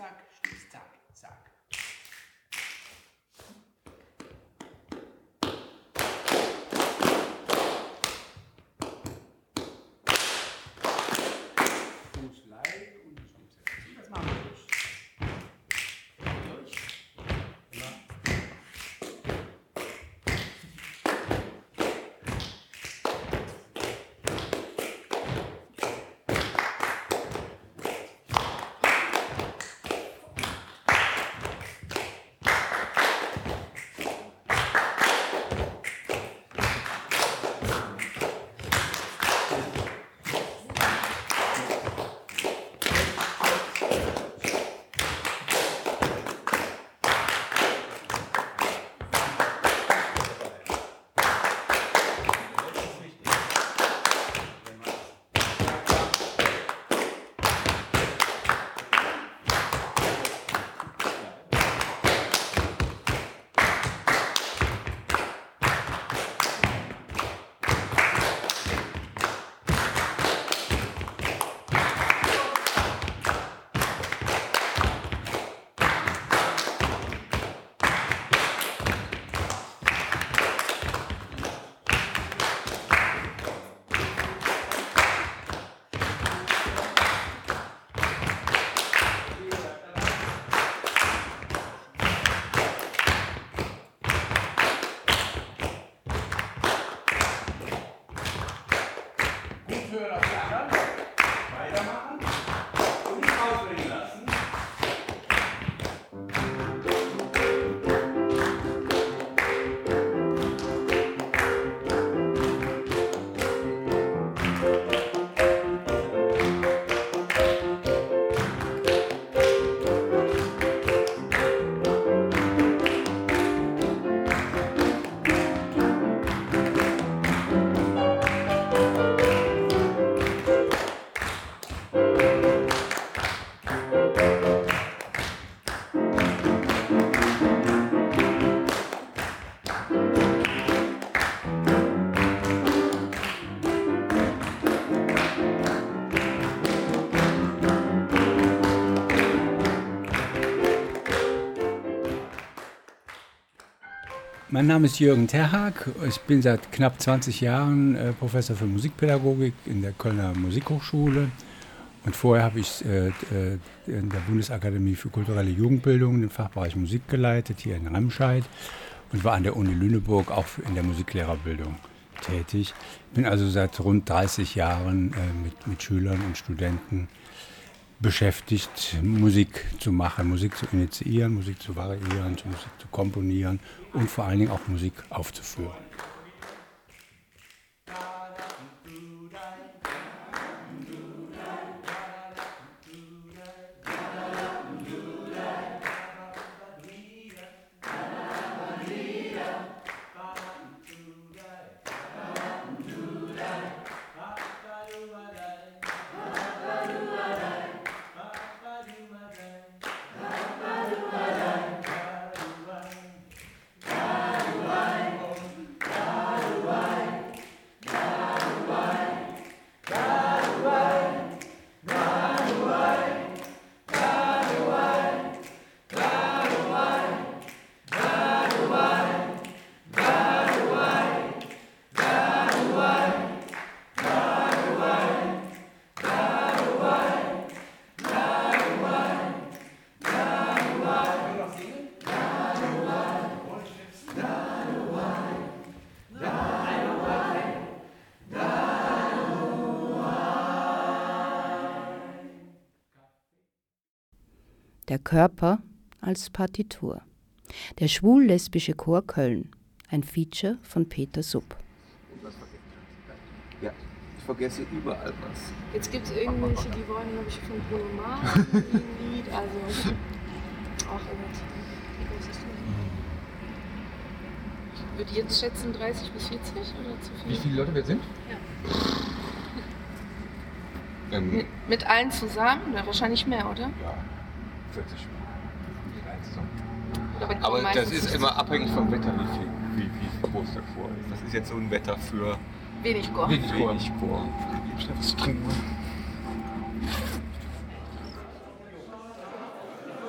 zack, Stips, zack, zack. Fuß leicht und die Stips setzen. Das machen wir durch. Weitermachen und nicht ausbringen lassen. Mein Name ist Jürgen Terhag. Ich bin seit knapp 20 Jahren Professor für Musikpädagogik in der Kölner Musikhochschule. Und vorher habe ich in der Bundesakademie für kulturelle Jugendbildung den Fachbereich Musik geleitet, hier in Remscheid. Und war an der Uni Lüneburg auch in der Musiklehrerbildung tätig. Bin also seit rund 30 Jahren mit Schülern und Studenten beschäftigt, Musik zu machen, Musik zu initiieren, Musik zu variieren, Musik zu komponieren und vor allen Dingen auch Musik aufzuführen. Der Körper als Partitur. Der schwul-lesbische Chor Köln. Ein Feature von Peter Supp. Ja, ich vergesse überall was. Jetzt gibt es irgendwelche, die wollen, glaube ich, von Bruno Mars ein Lied, also auch wie groß ist das? Ich würde jetzt schätzen 30 bis 40 oder zu viel? Wie viele Leute wir sind? Ja. Mit allen zusammen? Ja, wahrscheinlich mehr, oder? Ja, 40 zusammen. Aber das ist immer abhängig vom Wetter, wie groß der Chor ist. Das ist jetzt so ein Wetter für wenig Chor. Wenig Chor. Was trinken wir?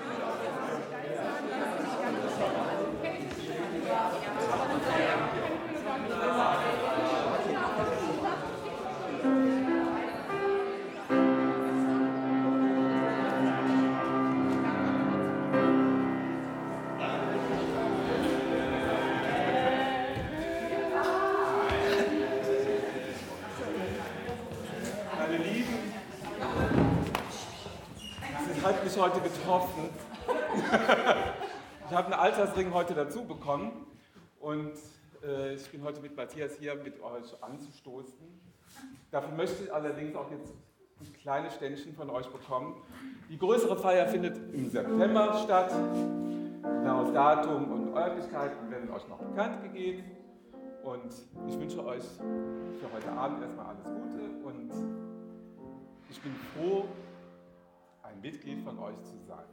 hat mich heute getroffen. Ich habe einen Altersring heute dazu bekommen und ich bin heute mit Matthias hier, mit euch anzustoßen. Dafür möchte ich allerdings auch jetzt ein kleines Ständchen von euch bekommen. Die größere Feier findet im September statt. Genaues Datum und Örtlichkeiten werden euch noch bekannt gegeben. Und ich wünsche euch für heute Abend erstmal alles Gute und ich bin froh, ein Mitglied von euch zu sein.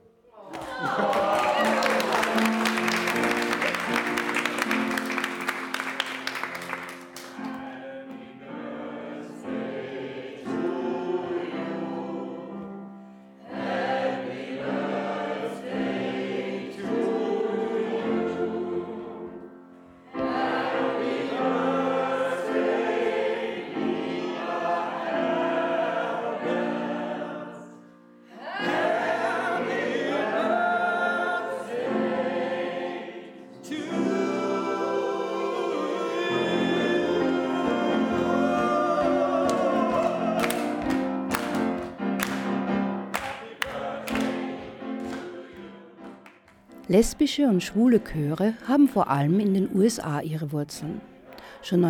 Lesbische und schwule Chöre haben vor allem in den USA ihre Wurzeln. Schon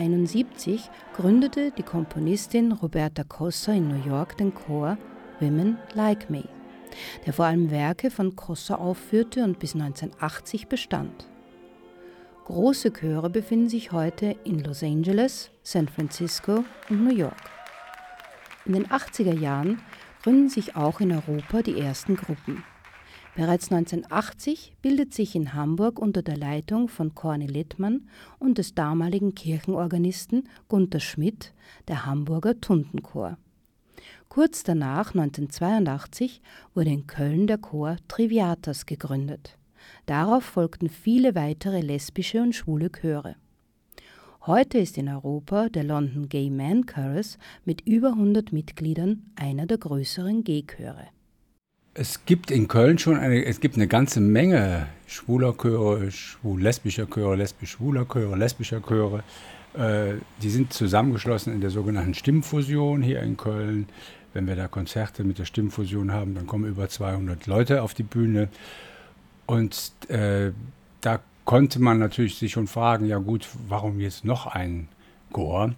1971 gründete die Komponistin Roberta Cossa in New York den Chor Women Like Me, der vor allem Werke von Cossa aufführte und bis 1980 bestand. Große Chöre befinden sich heute in Los Angeles, San Francisco und New York. In den 80er Jahren gründen sich auch in Europa die ersten Gruppen. Bereits 1980 bildet sich in Hamburg unter der Leitung von Cornel Littmann und des damaligen Kirchenorganisten Gunther Schmidt der Hamburger Tundenchor. Kurz danach, 1982, wurde in Köln der Chor Triviatas gegründet. Darauf folgten viele weitere lesbische und schwule Chöre. Heute ist in Europa der London Gay Man Chorus mit über 100 Mitgliedern einer der größeren G-Chöre. Es gibt in Köln schon eine ganze Menge schwuler Chöre, schwul-lesbischer Chöre, lesbisch-schwuler Chöre, lesbischer Chöre. Die sind zusammengeschlossen in der sogenannten Stimmfusion hier in Köln. Wenn wir da Konzerte mit der Stimmfusion haben, dann kommen über 200 Leute auf die Bühne. Und da konnte man natürlich sich schon fragen, ja gut, warum jetzt noch ein Chor?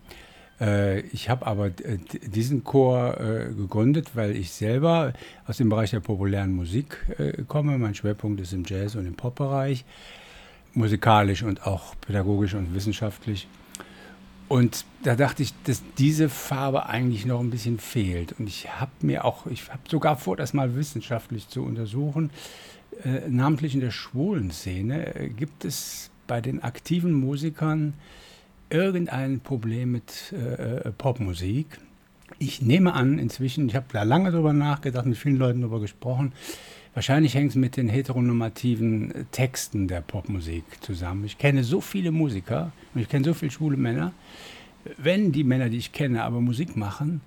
Ich habe aber diesen Chor gegründet, weil ich selber aus dem Bereich der populären Musik komme. Mein Schwerpunkt ist im Jazz- und im Pop-Bereich, musikalisch und auch pädagogisch und wissenschaftlich. Und da dachte ich, dass diese Farbe eigentlich noch ein bisschen fehlt. Und ich habe sogar vor, das mal wissenschaftlich zu untersuchen. Namentlich in der schwulen Szene gibt es bei den aktiven Musikern irgendein Problem mit Popmusik. Ich nehme an, inzwischen, ich habe da lange drüber nachgedacht, mit vielen Leuten darüber gesprochen, wahrscheinlich hängt es mit den heteronormativen Texten der Popmusik zusammen. Ich kenne so viele Musiker und ich kenne so viele schwule Männer. Wenn die Männer, die ich kenne, aber Musik machen,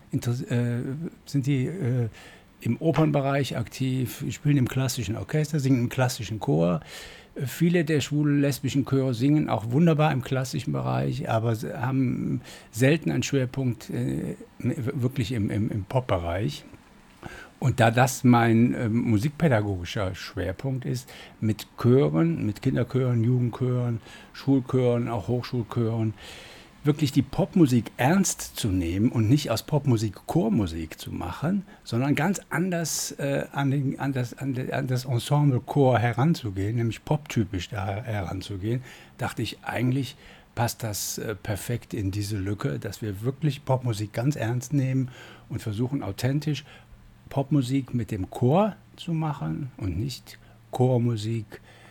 sind die im Opernbereich aktiv, spielen im klassischen Orchester, singen im klassischen Chor. Viele der schwulen lesbischen Chöre singen auch wunderbar im klassischen Bereich, aber haben selten einen Schwerpunkt wirklich im Pop-Bereich. Und da das mein musikpädagogischer Schwerpunkt ist, mit Chören, mit Kinderchören, Jugendchören, Schulchören, auch Hochschulchören, wirklich die Popmusik ernst zu nehmen und nicht aus Popmusik Chormusik zu machen, sondern ganz anders an das Ensemble Chor heranzugehen, nämlich poptypisch da heranzugehen, dachte ich, eigentlich passt das perfekt in diese Lücke, dass wir wirklich Popmusik ganz ernst nehmen und versuchen authentisch Popmusik mit dem Chor zu machen und nicht Chormusik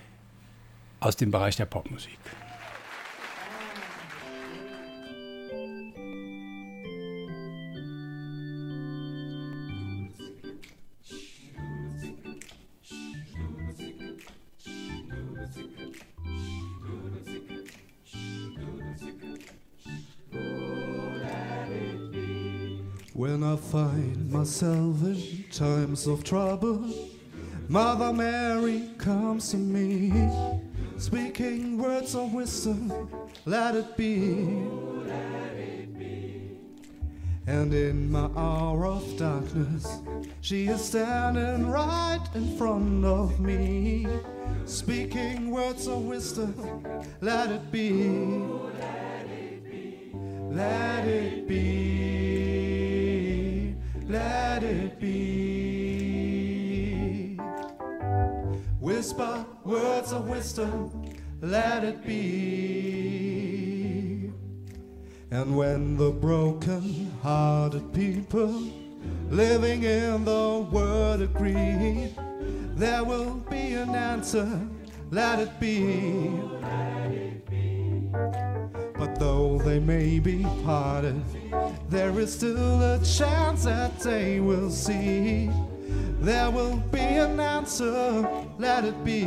aus dem Bereich der Popmusik. When I find myself in times of trouble, Mother Mary comes to me, speaking words of wisdom, let it be. And in my hour of darkness, she is standing right in front of me, speaking words of wisdom. Let it be, let it be, let it be. Whisper words of wisdom, let it be. And when the broken-hearted people living in the world agree, there will be an answer, let it be. But though they may be parted, there is still a chance that they will see. There will be an answer, let it be.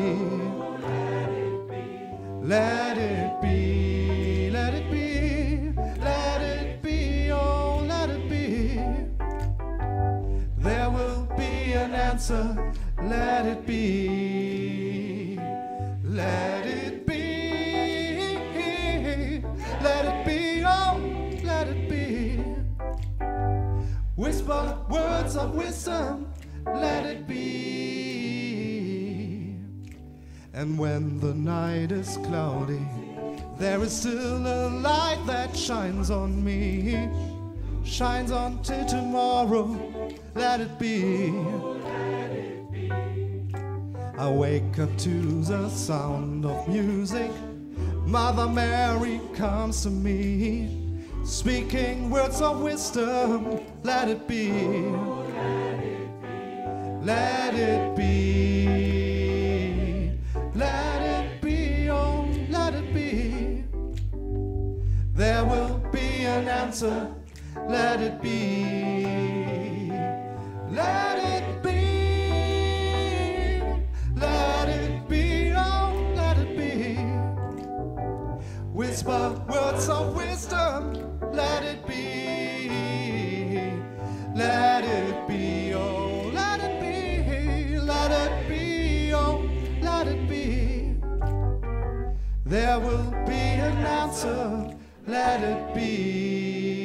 Let it be, let it be, let it be, oh, let it be. There will be an answer, let it be. Let it be, let it be, oh, let it be. Whisper words of wisdom, let it be. And when the night is cloudy, there is still a light that shines on me, shines on till tomorrow, let it be. I wake up to the sound of music, Mother Mary comes to me, speaking words of wisdom, let it be. Let it be, let it be, oh, let it be. There will be an answer, let it be. Let it be, let it be, oh, let it be. Whisper words of wisdom, let it be. Let it be, oh, let it be. Let it be, oh, let it be. There will be an answer, let it be.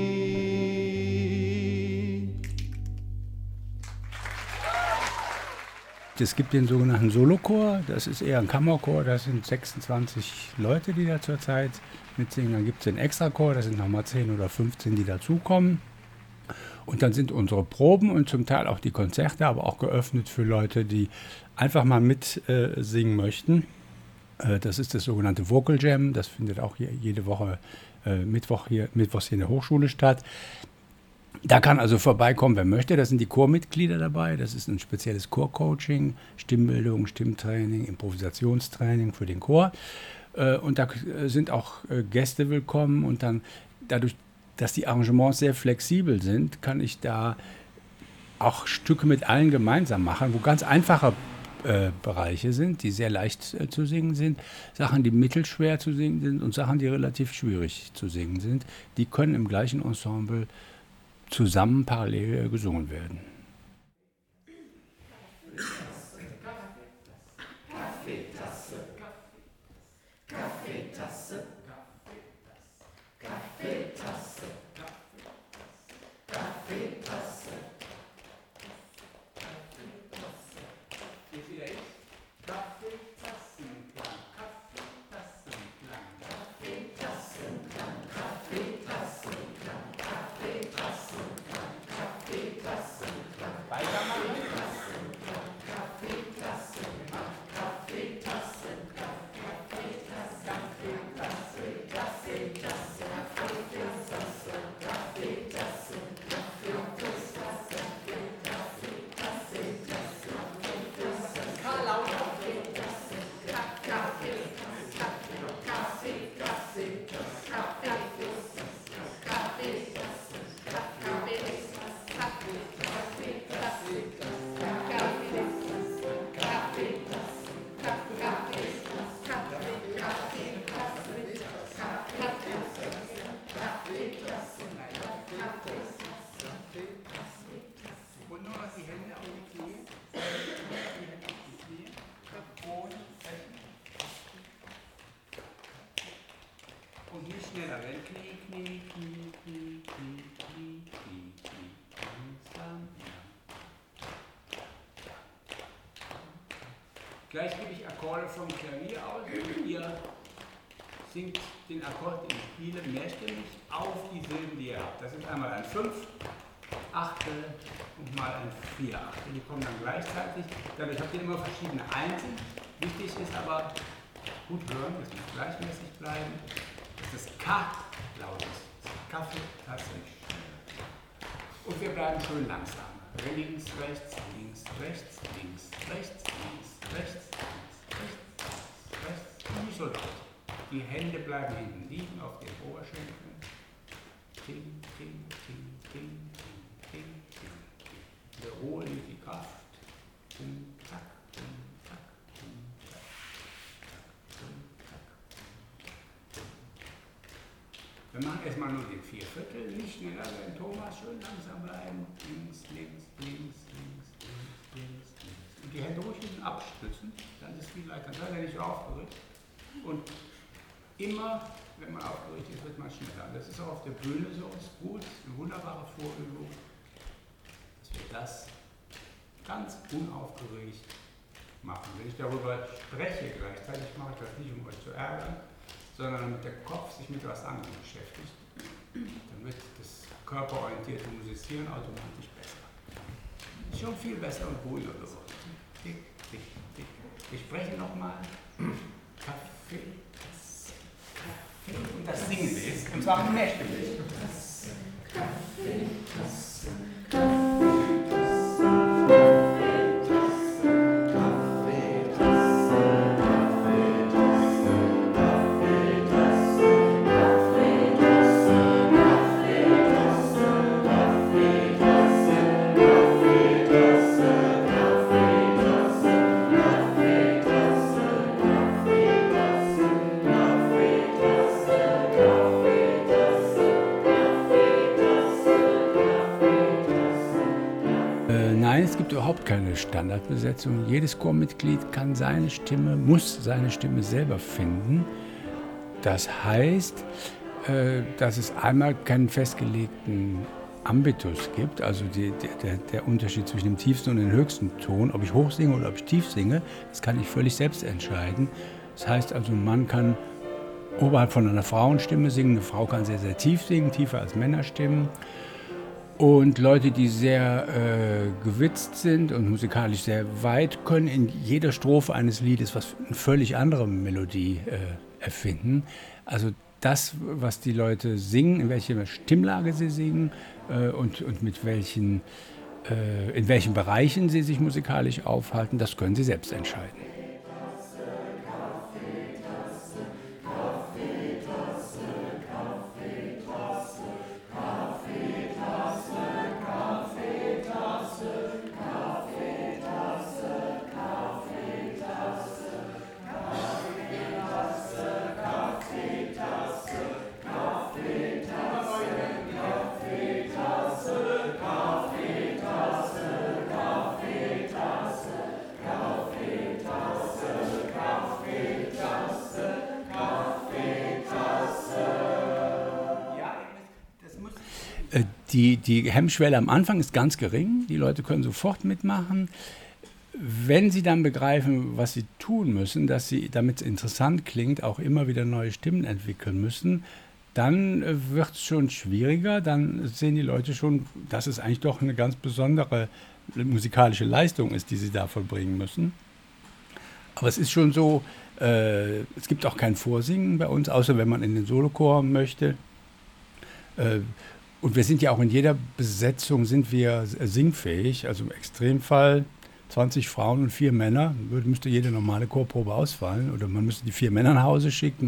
Es gibt den sogenannten Solochor, das ist eher ein Kammerchor, das sind 26 Leute, die da zurzeit mitsingen. Dann gibt es den Extrachor, das sind nochmal 10 oder 15, die dazukommen. Und dann sind unsere Proben und zum Teil auch die Konzerte, aber auch geöffnet für Leute, die einfach mal mitsingen möchten. Das ist das sogenannte Vocal Jam, das findet auch jede Woche mittwochs hier in der Hochschule statt. Da kann also vorbeikommen, wer möchte. Da sind die Chormitglieder dabei. Das ist ein spezielles Chorcoaching, Stimmbildung, Stimmtraining, Improvisationstraining für den Chor. Und da sind auch Gäste willkommen. Und dann dadurch, dass die Arrangements sehr flexibel sind, kann ich da auch Stücke mit allen gemeinsam machen, wo ganz einfache Bereiche sind, die sehr leicht zu singen sind, Sachen, die mittelschwer zu singen sind und Sachen, die relativ schwierig zu singen sind. Die können im gleichen Ensemble zusammen parallel gesungen werden. Kaffeetasse, Kaffeetasse, Kaffeetasse, Kaffeetasse. Und nicht schneller, wenn Knie, Knie, Knie, Knie, Knie, Knie. Gleich gebe ich Akkorde vom Klavier aus und ihr singt den Akkord, den ich spiele, mehrstimmig auf die Silben, die ihr habt. Das ist einmal ein 5 Achtel und mal ein 4 Achtel. Die kommen dann gleichzeitig. Dadurch habt ihr immer verschiedene Einsen. Wichtig ist aber, gut hören, das muss gleichmäßig bleiben, dass das K laut ist. Das Kaffee tatsächlich schneller. Und wir bleiben schön langsam. Links, rechts, links, rechts, links, rechts, links, rechts, links, rechts, rechts. Nicht so laut. Die Hände bleiben hinten liegen auf den Oberschenkeln. Ting, ting, ting, ting, ting, ting, ting. Wir holen die Kraft. Tum, zack, tum, zack, tum, zack, tum, zack. Wir machen erstmal nur den 4/4, nicht schneller werden. Thomas, schön langsam bleiben. Links, links, links, links, links, links, links. Und die Hände ruhig hinten abstützen, dann ist es viel leichter. Dann seid ihr nicht so aufgeregt. Und immer, wenn man aufgeregt ist, wird man schneller. Das ist auch auf der Bühne so, ist gut, eine wunderbare Vorübung, dass wir das ganz unaufgeregt machen. Wenn ich darüber spreche gleichzeitig, mache ich das nicht, um euch zu ärgern, sondern damit der Kopf sich mit was anderem beschäftigt. Dann wird das körperorientierte Musizieren automatisch besser. Ist schon viel besser und ruhiger geworden. Tick, tick, tick. Wir sprechen nochmal. Kaffee. Und das singen wir jetzt, und zwar mehrstimmig. Kaffee, Tasse, Kaffee, Tasse, Kaffee, Tasse, Kaffee, Tasse, Kaffee, Tasse, Kaffee, Tasse, Kaffee, Tasse, Kaffee, Tasse, Kaffee, Tasse, Kaffee, Tasse, Kaffee, Tasse, Kaffee, Tasse, Kaffee, Tasse, Kaffee, Nein, es gibt überhaupt keine Standardbesetzung. Jedes Chormitglied kann seine Stimme, muss seine Stimme selber finden. Das heißt, dass es einmal keinen festgelegten Ambitus gibt, also der Unterschied zwischen dem tiefsten und dem höchsten Ton, ob ich hoch singe oder ob ich tief singe, das kann ich völlig selbst entscheiden. Das heißt also, ein Mann kann oberhalb von einer Frauenstimme singen, eine Frau kann sehr, sehr tief singen, tiefer als Männerstimmen. Und Leute, die sehr gewitzt sind und musikalisch sehr weit, können in jeder Strophe eines Liedes eine völlig andere Melodie erfinden. Also das, was die Leute singen, in welcher Stimmlage sie singen und mit welchen, in welchen Bereichen sie sich musikalisch aufhalten, das können sie selbst entscheiden. Die Hemmschwelle am Anfang ist ganz gering, die Leute können sofort mitmachen. Wenn sie dann begreifen, was sie tun müssen, dass sie, damit es interessant klingt, auch immer wieder neue Stimmen entwickeln müssen, dann wird es schon schwieriger, dann sehen die Leute schon, dass es eigentlich doch eine ganz besondere musikalische Leistung ist, die sie da vollbringen müssen. Aber es ist schon so, es gibt auch kein Vorsingen bei uns, außer wenn man in den Solochor möchte. Und wir sind ja auch in jeder Besetzung sind wir singfähig, also im Extremfall 20 Frauen und 4 Männer, müsste jede normale Chorprobe ausfallen oder man müsste die 4 Männer nach Hause schicken.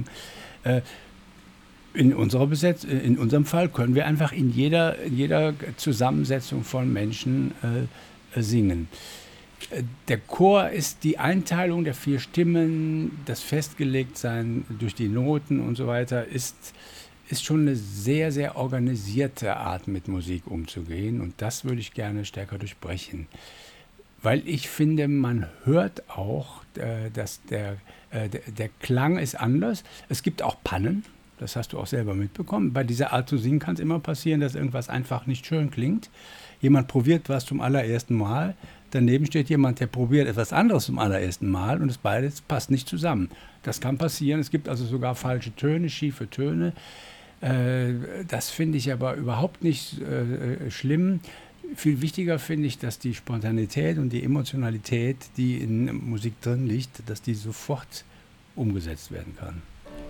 In unserem Fall können wir einfach in jeder Zusammensetzung von Menschen singen. Der Chor ist die Einteilung der 4 Stimmen, das Festgelegtsein durch die Noten und so weiter, ist schon eine sehr, sehr organisierte Art, mit Musik umzugehen. Und das würde ich gerne stärker durchbrechen. Weil ich finde, man hört auch, dass der Klang ist anders. Es gibt auch Pannen, das hast du auch selber mitbekommen. Bei dieser Art zu singen kann es immer passieren, dass irgendwas einfach nicht schön klingt. Jemand probiert was zum allerersten Mal, daneben steht jemand, der probiert etwas anderes zum allerersten Mal und beides passt nicht zusammen. Das kann passieren. Es gibt also sogar falsche Töne, schiefe Töne. Das finde ich aber überhaupt nicht schlimm. Viel wichtiger finde ich, dass die Spontanität und die Emotionalität, die in Musik drin liegt, dass die sofort umgesetzt werden kann.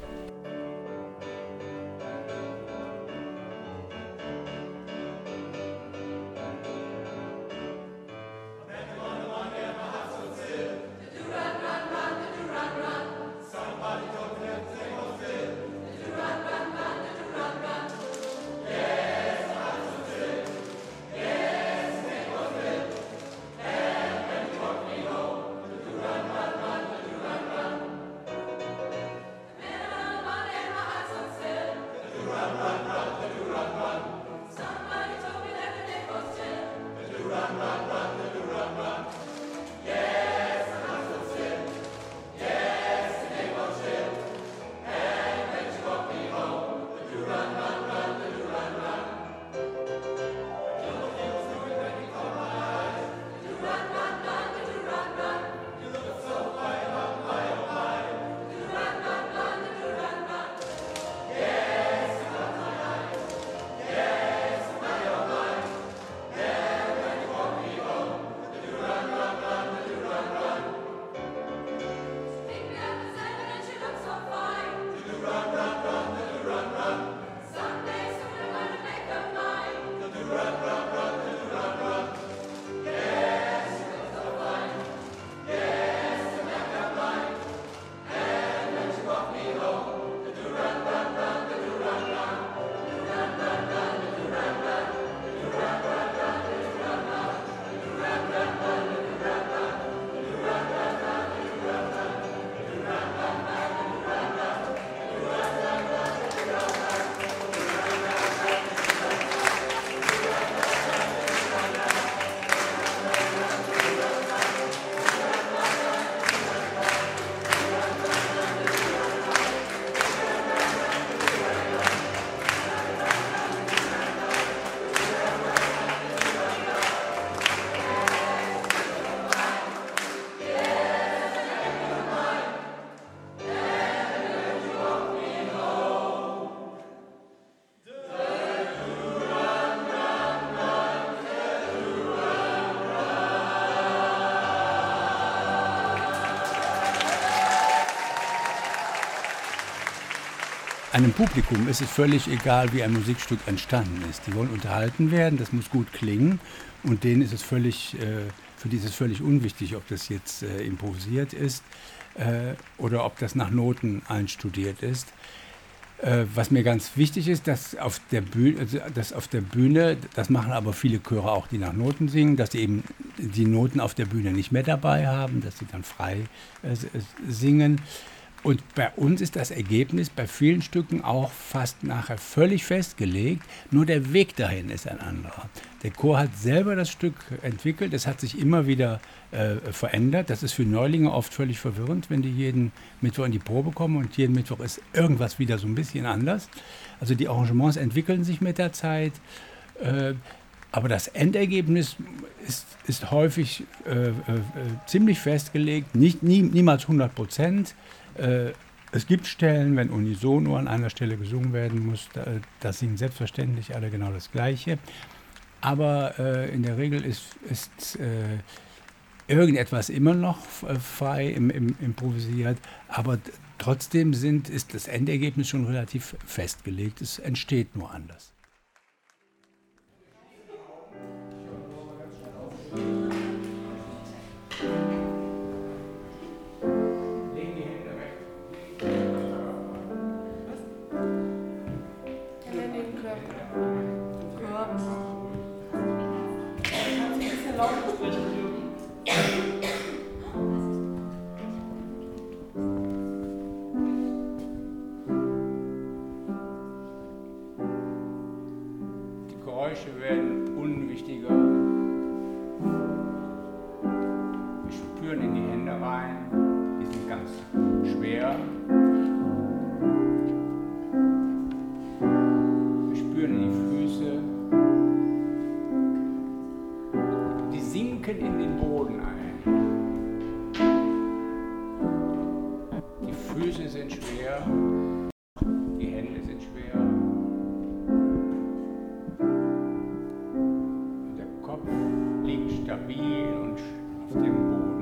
Einem Publikum ist es völlig egal, wie ein Musikstück entstanden ist. Die wollen unterhalten werden, das muss gut klingen und denen ist es für die ist es völlig unwichtig, ob das jetzt improvisiert ist oder ob das nach Noten einstudiert ist. Was mir ganz wichtig ist, dass auf der Bühne, das machen aber viele Chöre auch, die nach Noten singen, dass sie eben die Noten auf der Bühne nicht mehr dabei haben, dass sie dann frei singen. Und bei uns ist das Ergebnis bei vielen Stücken auch fast nachher völlig festgelegt, nur der Weg dahin ist ein anderer. Der Chor hat selber das Stück entwickelt, es hat sich immer wieder verändert. Das ist für Neulinge oft völlig verwirrend, wenn die jeden Mittwoch in die Probe kommen und jeden Mittwoch ist irgendwas wieder so ein bisschen anders. Also die Arrangements entwickeln sich mit der Zeit, aber das Endergebnis ist häufig ziemlich festgelegt, niemals 100%. Es gibt Stellen, wenn unisono an einer Stelle gesungen werden muss, da singen selbstverständlich alle genau das Gleiche. Aber in der Regel ist irgendetwas immer noch frei improvisiert, aber trotzdem ist das Endergebnis schon relativ festgelegt. Es entsteht nur anders. Die Geräusche werden unwichtiger. Wir spüren in die Hände rein, die sind ganz schwer. Wir spüren in die Füße. Die sinken gehen in den Boden ein. Die Füße sind schwer, die Hände sind schwer. Und der Kopf liegt stabil und auf dem Boden.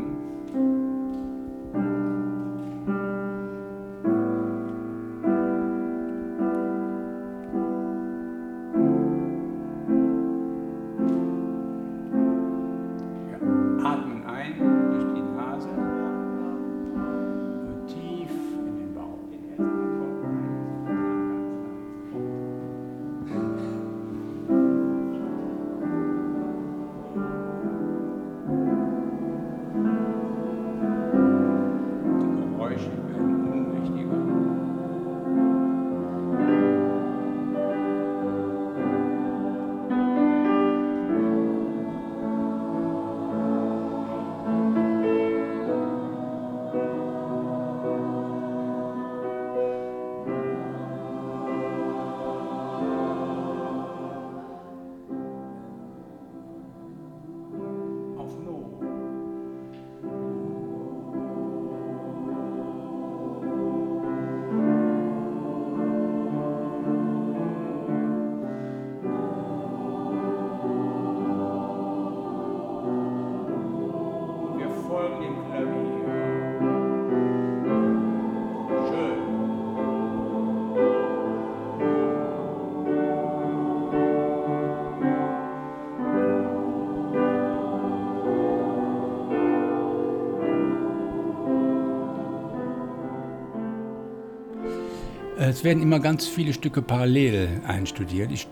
Es werden immer ganz viele Stücke parallel einstudiert. Ich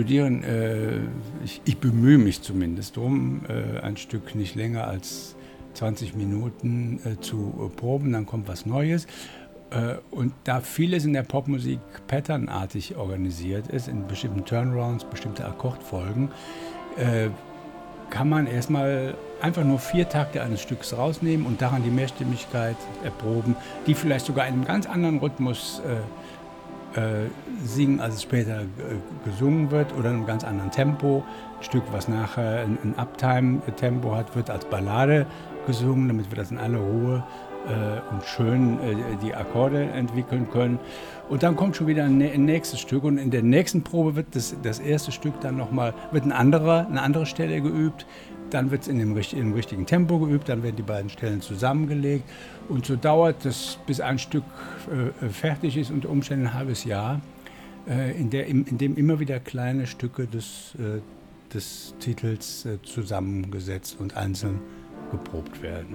bemühe mich zumindest darum, ein Stück nicht länger als 20 Minuten zu proben, dann kommt was Neues. Und da vieles in der Popmusik patternartig organisiert ist, in bestimmten Turnarounds, bestimmte Akkordfolgen, kann man erstmal einfach nur 4 Takte eines Stücks rausnehmen und daran die Mehrstimmigkeit erproben, die vielleicht sogar in einem ganz anderen Rhythmus singen, als es später gesungen wird, oder in einem ganz anderen Tempo. Ein Stück, was nachher ein Uptime-Tempo hat, wird als Ballade gesungen, damit wir das in aller Ruhe und schön die Akkorde entwickeln können. Und dann kommt schon wieder ein nächstes Stück, und in der nächsten Probe wird das erste Stück dann nochmal, wird eine andere Stelle geübt, dann wird es im richtigen Tempo geübt, dann werden die beiden Stellen zusammengelegt, und so dauert das, bis ein Stück fertig ist, unter Umständen ein halbes Jahr, in dem immer wieder kleine Stücke des Titels zusammengesetzt und einzeln geprobt werden.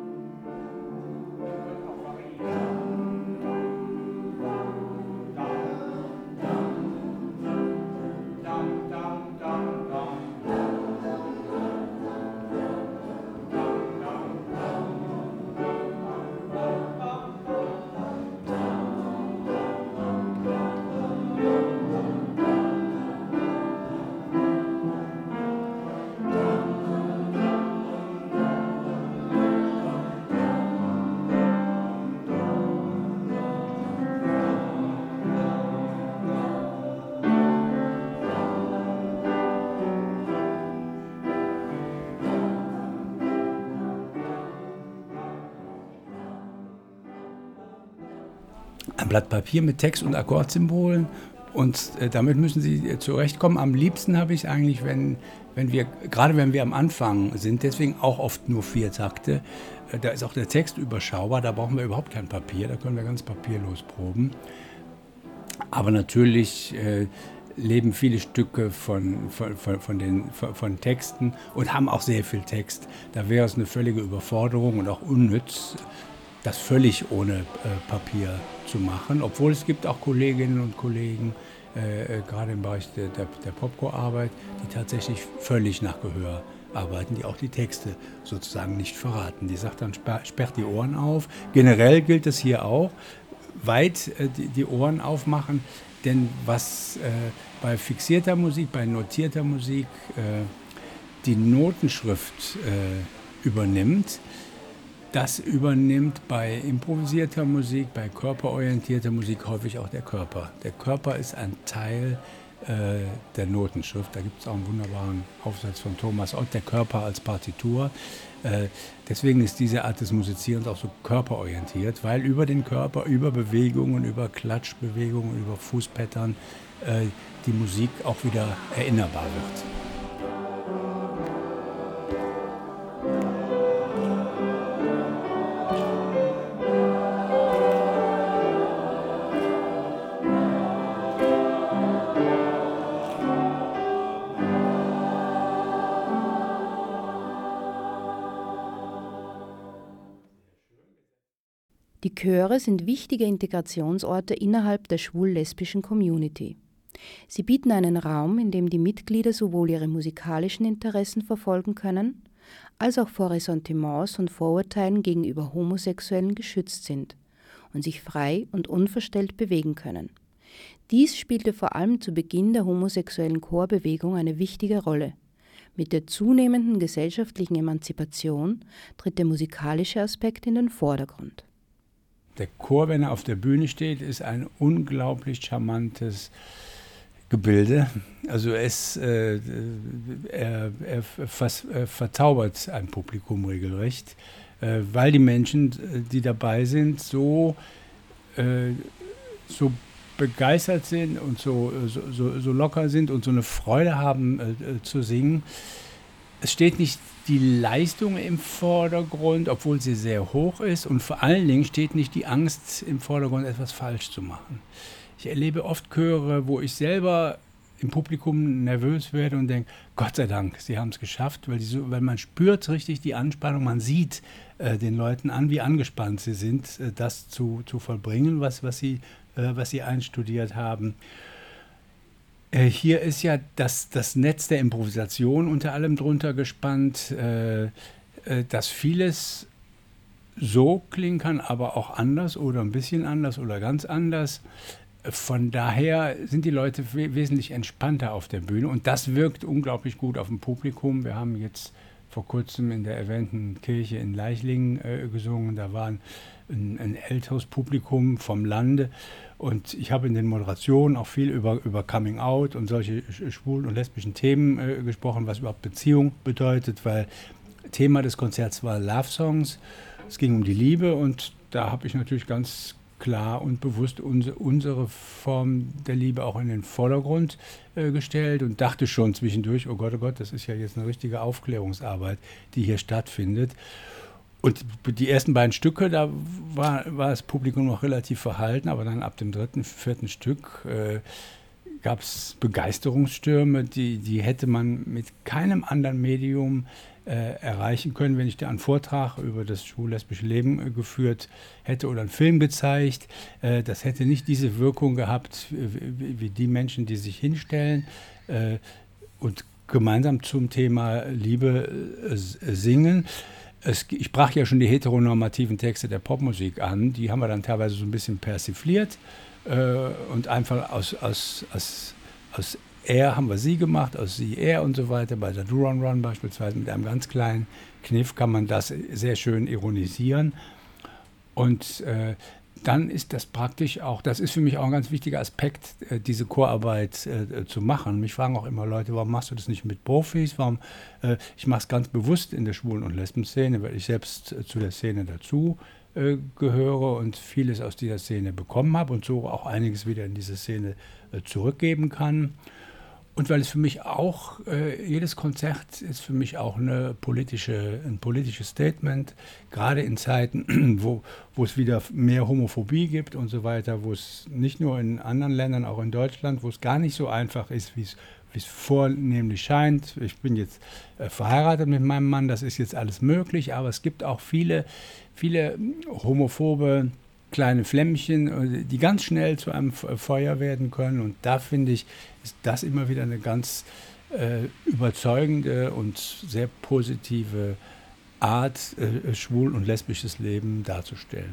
Ein Blatt Papier mit Text und Akkordsymbolen, und damit müssen Sie zurechtkommen. Am liebsten habe ich es eigentlich, wenn wir am Anfang sind, deswegen auch oft nur 4 Takte, da ist auch der Text überschaubar, da brauchen wir überhaupt kein Papier, da können wir ganz papierlos proben. Aber natürlich leben viele Stücke von Texten und haben auch sehr viel Text. Da wäre es eine völlige Überforderung und auch unnütz, das völlig ohne Papier zu machen, obwohl es gibt auch Kolleginnen und Kollegen, gerade im Bereich der Popcore-Arbeit, die tatsächlich völlig nach Gehör arbeiten, die auch die Texte sozusagen nicht verraten. Die sagt dann, sperrt die Ohren auf. Generell gilt es hier auch, weit die Ohren aufmachen, denn was bei fixierter Musik, bei notierter Musik die Notenschrift übernimmt, das übernimmt bei improvisierter Musik, bei körperorientierter Musik häufig auch der Körper. Der Körper ist ein Teil der Notenschrift. Da gibt es auch einen wunderbaren Aufsatz von Thomas Ott, der Körper als Partitur. Deswegen ist diese Art des Musizierens auch so körperorientiert, weil über den Körper, über Bewegungen, über Klatschbewegungen, über Fußpattern die Musik auch wieder erinnerbar wird. Die Chöre sind wichtige Integrationsorte innerhalb der schwul-lesbischen Community. Sie bieten einen Raum, in dem die Mitglieder sowohl ihre musikalischen Interessen verfolgen können, als auch vor Ressentiments und Vorurteilen gegenüber Homosexuellen geschützt sind und sich frei und unverstellt bewegen können. Dies spielte vor allem zu Beginn der homosexuellen Chorbewegung eine wichtige Rolle. Mit der zunehmenden gesellschaftlichen Emanzipation tritt der musikalische Aspekt in den Vordergrund. Der Chor, wenn er auf der Bühne steht, ist ein unglaublich charmantes Gebilde. Also er verzaubert ein Publikum regelrecht, weil die Menschen, die dabei sind, so begeistert sind und so locker sind und so eine Freude haben zu singen. Es steht nicht die Leistung im Vordergrund, obwohl sie sehr hoch ist, und vor allen Dingen steht nicht die Angst im Vordergrund, etwas falsch zu machen. Ich erlebe oft Chöre, wo ich selber im Publikum nervös werde und denke, Gott sei Dank, sie haben es geschafft, weil man spürt richtig die Anspannung, man sieht den Leuten an, wie angespannt sie sind, das zu vollbringen, was sie einstudiert haben. Hier ist ja das Netz der Improvisation unter allem drunter gespannt, dass vieles so klingen kann, aber auch anders oder ein bisschen anders oder ganz anders. Von daher sind die Leute wesentlich entspannter auf der Bühne und das wirkt unglaublich gut auf dem Publikum. Wir haben jetzt vor kurzem in der erwähnten Kirche in Leichlingen gesungen. Da war ein älteres Publikum vom Lande und ich habe in den Moderationen auch viel über Coming Out und solche schwulen und lesbischen Themen gesprochen, was überhaupt Beziehung bedeutet, weil Thema des Konzerts war Love Songs. Es ging um die Liebe und da habe ich natürlich ganz klar und bewusst unsere Form der Liebe auch in den Vordergrund gestellt und dachte schon zwischendurch, oh Gott, das ist ja jetzt eine richtige Aufklärungsarbeit, die hier stattfindet. Und die ersten beiden Stücke, da war das Publikum noch relativ verhalten, aber dann ab dem dritten, vierten Stück gab es Begeisterungsstürme, die hätte man mit keinem anderen Medium erreichen können, wenn ich da einen Vortrag über das schwul-lesbische Leben geführt hätte oder einen Film gezeigt. Das hätte nicht diese Wirkung gehabt, wie die Menschen, die sich hinstellen und gemeinsam zum Thema Liebe singen. Ich sprach ja schon die heteronormativen Texte der Popmusik an, die haben wir dann teilweise so ein bisschen persifliert und einfach aus er haben wir sie gemacht, aus sie er und so weiter. Bei der Duran Run beispielsweise mit einem ganz kleinen Kniff kann man das sehr schön ironisieren. Und dann ist das praktisch auch, das ist für mich auch ein ganz wichtiger Aspekt, diese Chorarbeit zu machen. Mich fragen auch immer Leute, warum machst du das nicht mit Profis? Ich mache es ganz bewusst in der Schwulen- und Lesben-Szene, weil ich selbst zu der Szene dazu gehöre und vieles aus dieser Szene bekommen habe und so auch einiges wieder in diese Szene zurückgeben kann. Und weil es für mich auch, jedes Konzert ist für mich auch ein politisches Statement, gerade in Zeiten, wo es wieder mehr Homophobie gibt und so weiter, wo es nicht nur in anderen Ländern, auch in Deutschland, wo es gar nicht so einfach ist, wie es vornehmlich scheint. Ich bin jetzt verheiratet mit meinem Mann, das ist jetzt alles möglich, aber es gibt auch viele homophobe kleine Flämmchen, die ganz schnell zu einem Feuer werden können. Und da finde ich, ist das immer wieder eine ganz überzeugende und sehr positive Art, schwul- und lesbisches Leben darzustellen.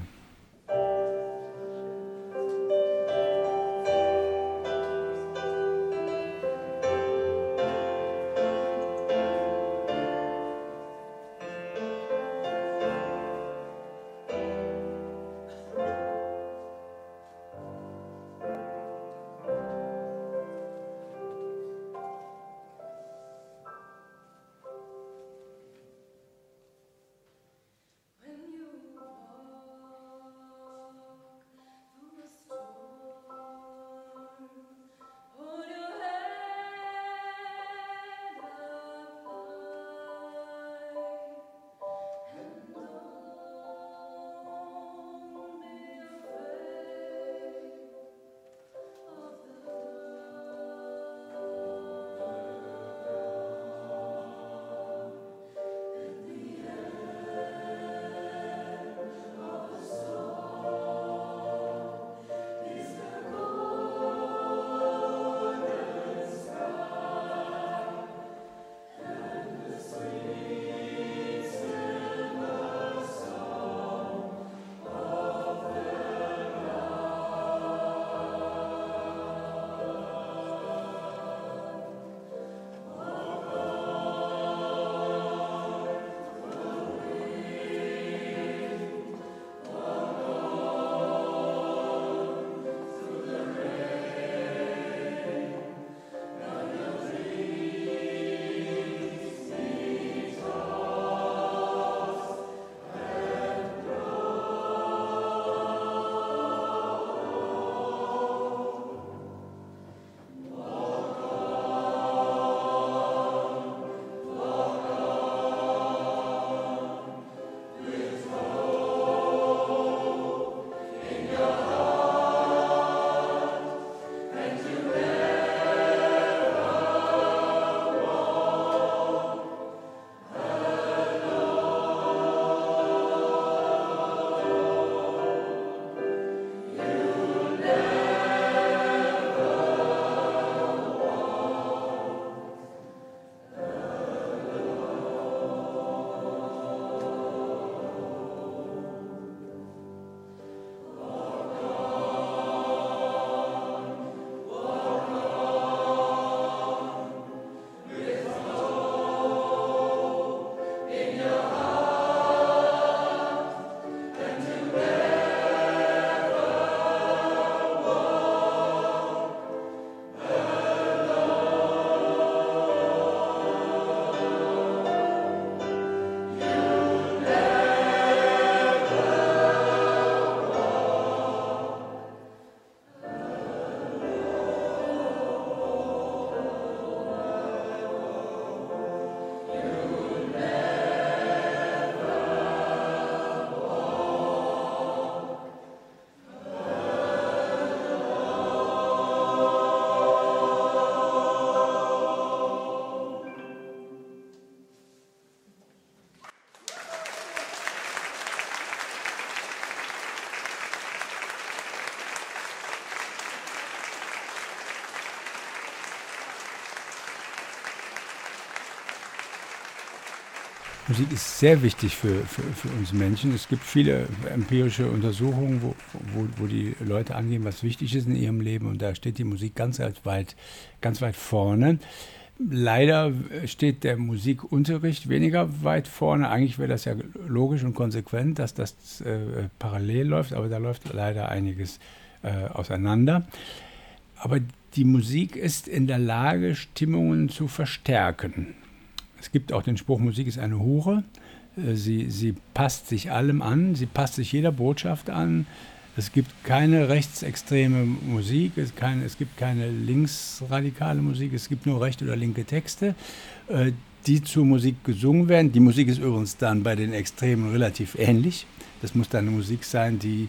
Musik ist sehr wichtig für uns Menschen. Es gibt viele empirische Untersuchungen, wo die Leute angeben, was wichtig ist in ihrem Leben. Und da steht die Musik ganz weit vorne. Leider steht der Musikunterricht weniger weit vorne. Eigentlich wäre das ja logisch und konsequent, dass das parallel läuft, aber da läuft leider einiges auseinander. Aber die Musik ist in der Lage, Stimmungen zu verstärken. Es gibt auch den Spruch, Musik ist eine Hure. Sie passt sich allem an, sie passt sich jeder Botschaft an. Es gibt keine rechtsextreme Musik, es gibt keine linksradikale Musik, es gibt nur rechte oder linke Texte, die zur Musik gesungen werden. Die Musik ist übrigens dann bei den Extremen relativ ähnlich. Das muss dann eine Musik sein, die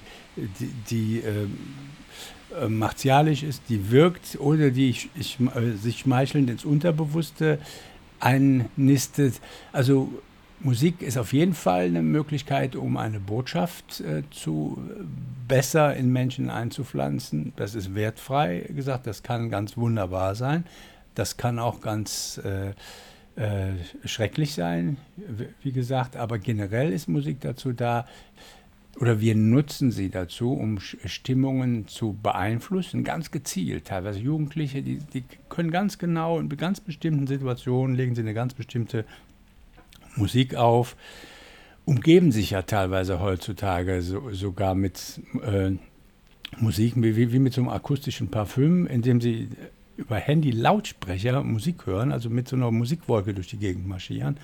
martialisch ist, die wirkt oder die sich schmeichelnd ins Unterbewusste einnistet. Also Musik ist auf jeden Fall eine Möglichkeit, um eine Botschaft besser in Menschen einzupflanzen. Das ist wertfrei gesagt, das kann ganz wunderbar sein. Das kann auch ganz schrecklich sein, wie gesagt. Aber generell ist Musik dazu da, oder wir nutzen sie dazu, um Stimmungen zu beeinflussen, ganz gezielt. Teilweise Jugendliche, die können ganz genau in ganz bestimmten Situationen, legen sie eine ganz bestimmte Musik auf, umgeben sich ja teilweise heutzutage sogar mit Musik, wie mit so einem akustischen Parfüm, indem sie über Handy-Lautsprecher Musik hören, also mit so einer Musikwolke durch die Gegend marschieren.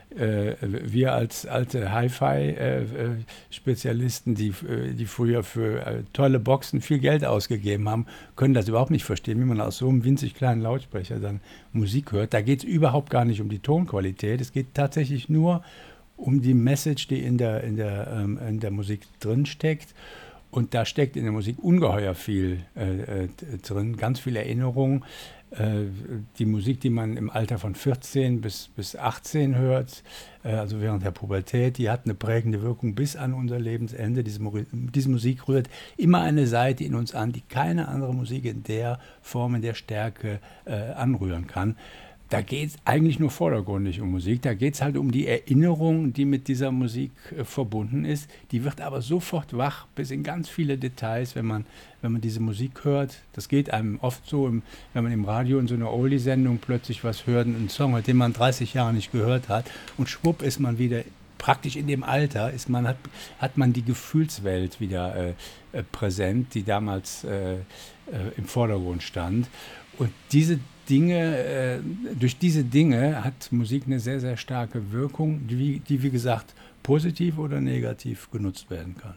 Wir als alte Hi-Fi-Spezialisten, die früher für tolle Boxen viel Geld ausgegeben haben, können das überhaupt nicht verstehen, wie man aus so einem winzig kleinen Lautsprecher dann Musik hört. Da geht es überhaupt gar nicht um die Tonqualität, es geht tatsächlich nur um die Message, die in der Musik drin steckt. Und da steckt in der Musik ungeheuer viel drin, ganz viel Erinnerung. Die Musik, die man im Alter von 14 bis 18 hört, also während der Pubertät, die hat eine prägende Wirkung bis an unser Lebensende. Diese Musik rührt immer eine Seite in uns an, die keine andere Musik in der Form, in der Stärke anrühren kann. Da geht es eigentlich nur vordergründig um Musik. Da geht es halt um die Erinnerung, die mit dieser Musik verbunden ist. Die wird aber sofort wach, bis in ganz viele Details, wenn man diese Musik hört. Das geht einem oft so, wenn man im Radio in so einer Oldie-Sendung plötzlich was hört, einen Song hört, den man 30 Jahre nicht gehört hat. Und schwupp ist man wieder, praktisch in dem Alter, hat man die Gefühlswelt wieder präsent, die damals im Vordergrund stand. Und durch diese Dinge hat Musik eine sehr, sehr starke Wirkung, die wie gesagt, positiv oder negativ genutzt werden kann.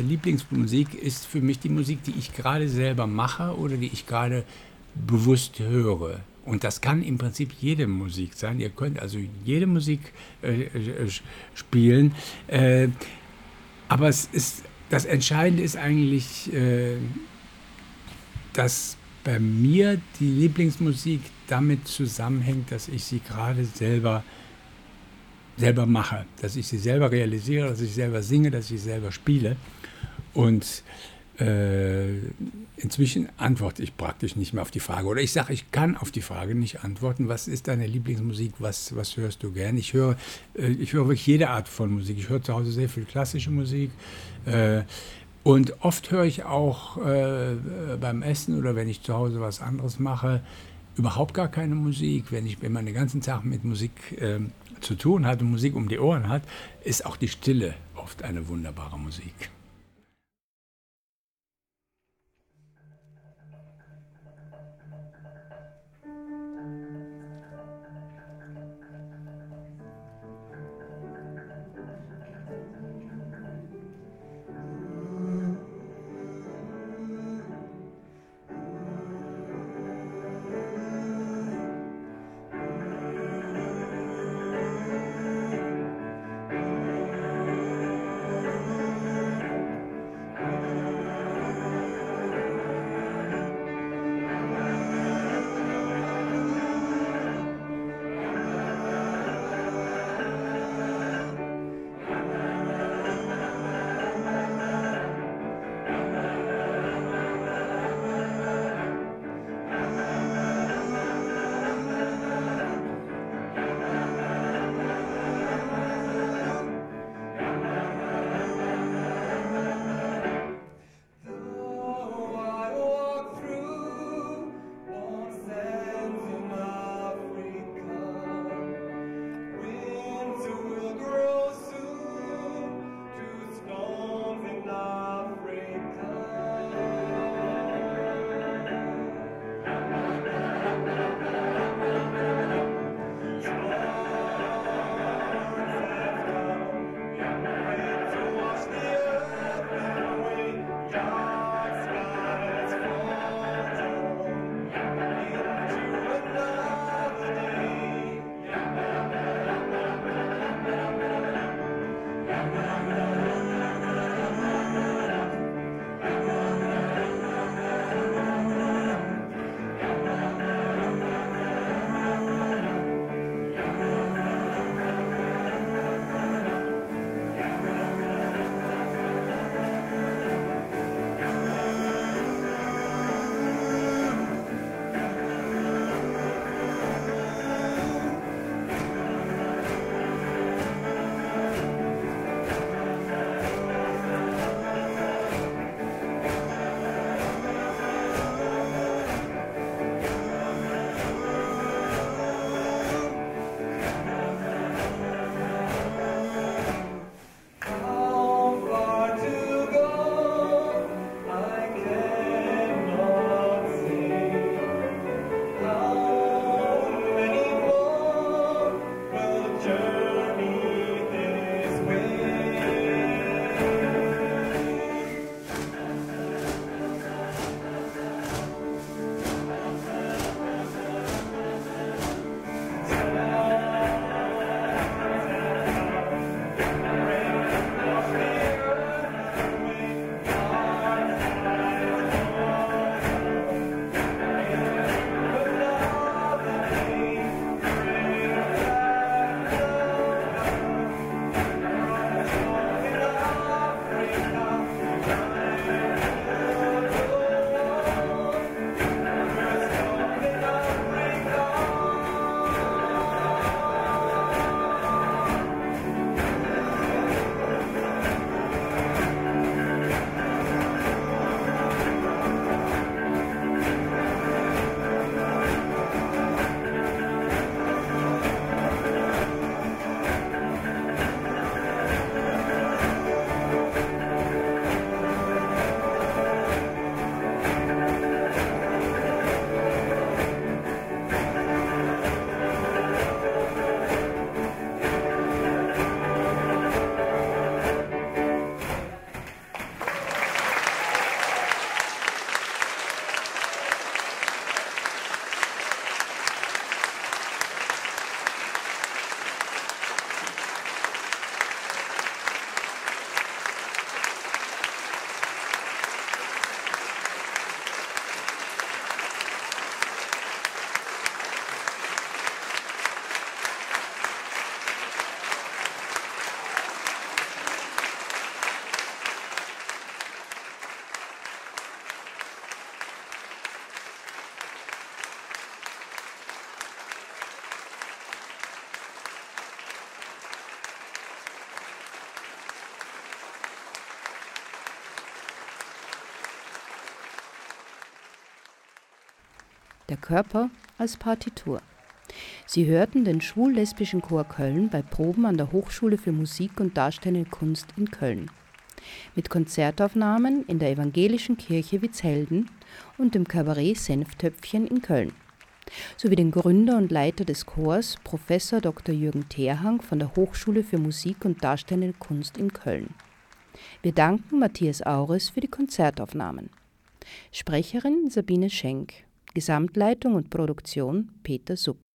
Lieblingsmusik ist für mich die Musik, die ich gerade selber mache oder die ich gerade bewusst höre. Und das kann im Prinzip jede Musik sein. Ihr könnt also jede Musik spielen. Aber das Entscheidende ist eigentlich, dass bei mir die Lieblingsmusik damit zusammenhängt, dass ich sie gerade selber mache, dass ich sie selber realisiere, dass ich selber singe, dass ich selber spiele. Und inzwischen antworte ich praktisch nicht mehr auf die Frage. Oder ich sage, ich kann auf die Frage nicht antworten. Was ist deine Lieblingsmusik? Was hörst du gern? Ich höre wirklich jede Art von Musik. Ich höre zu Hause sehr viel klassische Musik. Und oft höre ich auch beim Essen oder wenn ich zu Hause was anderes mache, überhaupt gar keine Musik. Wenn man den ganzen Tag mit Musik zu tun hat und Musik um die Ohren hat, ist auch die Stille oft eine wunderbare Musik. der Körper als Partitur. Sie hörten den schwul-lesbischen Chor Köln bei Proben an der Hochschule für Musik und Darstellende Kunst in Köln. Mit Konzertaufnahmen in der Evangelischen Kirche Witzhelden und dem Kabarett Senftöpfchen in Köln. Sowie den Gründer und Leiter des Chors, Professor Dr. Jürgen Terhang von der Hochschule für Musik und Darstellende Kunst in Köln. Wir danken Matthias Aures für die Konzertaufnahmen. Sprecherin Sabine Schenk. Gesamtleitung und Produktion Peter Supp.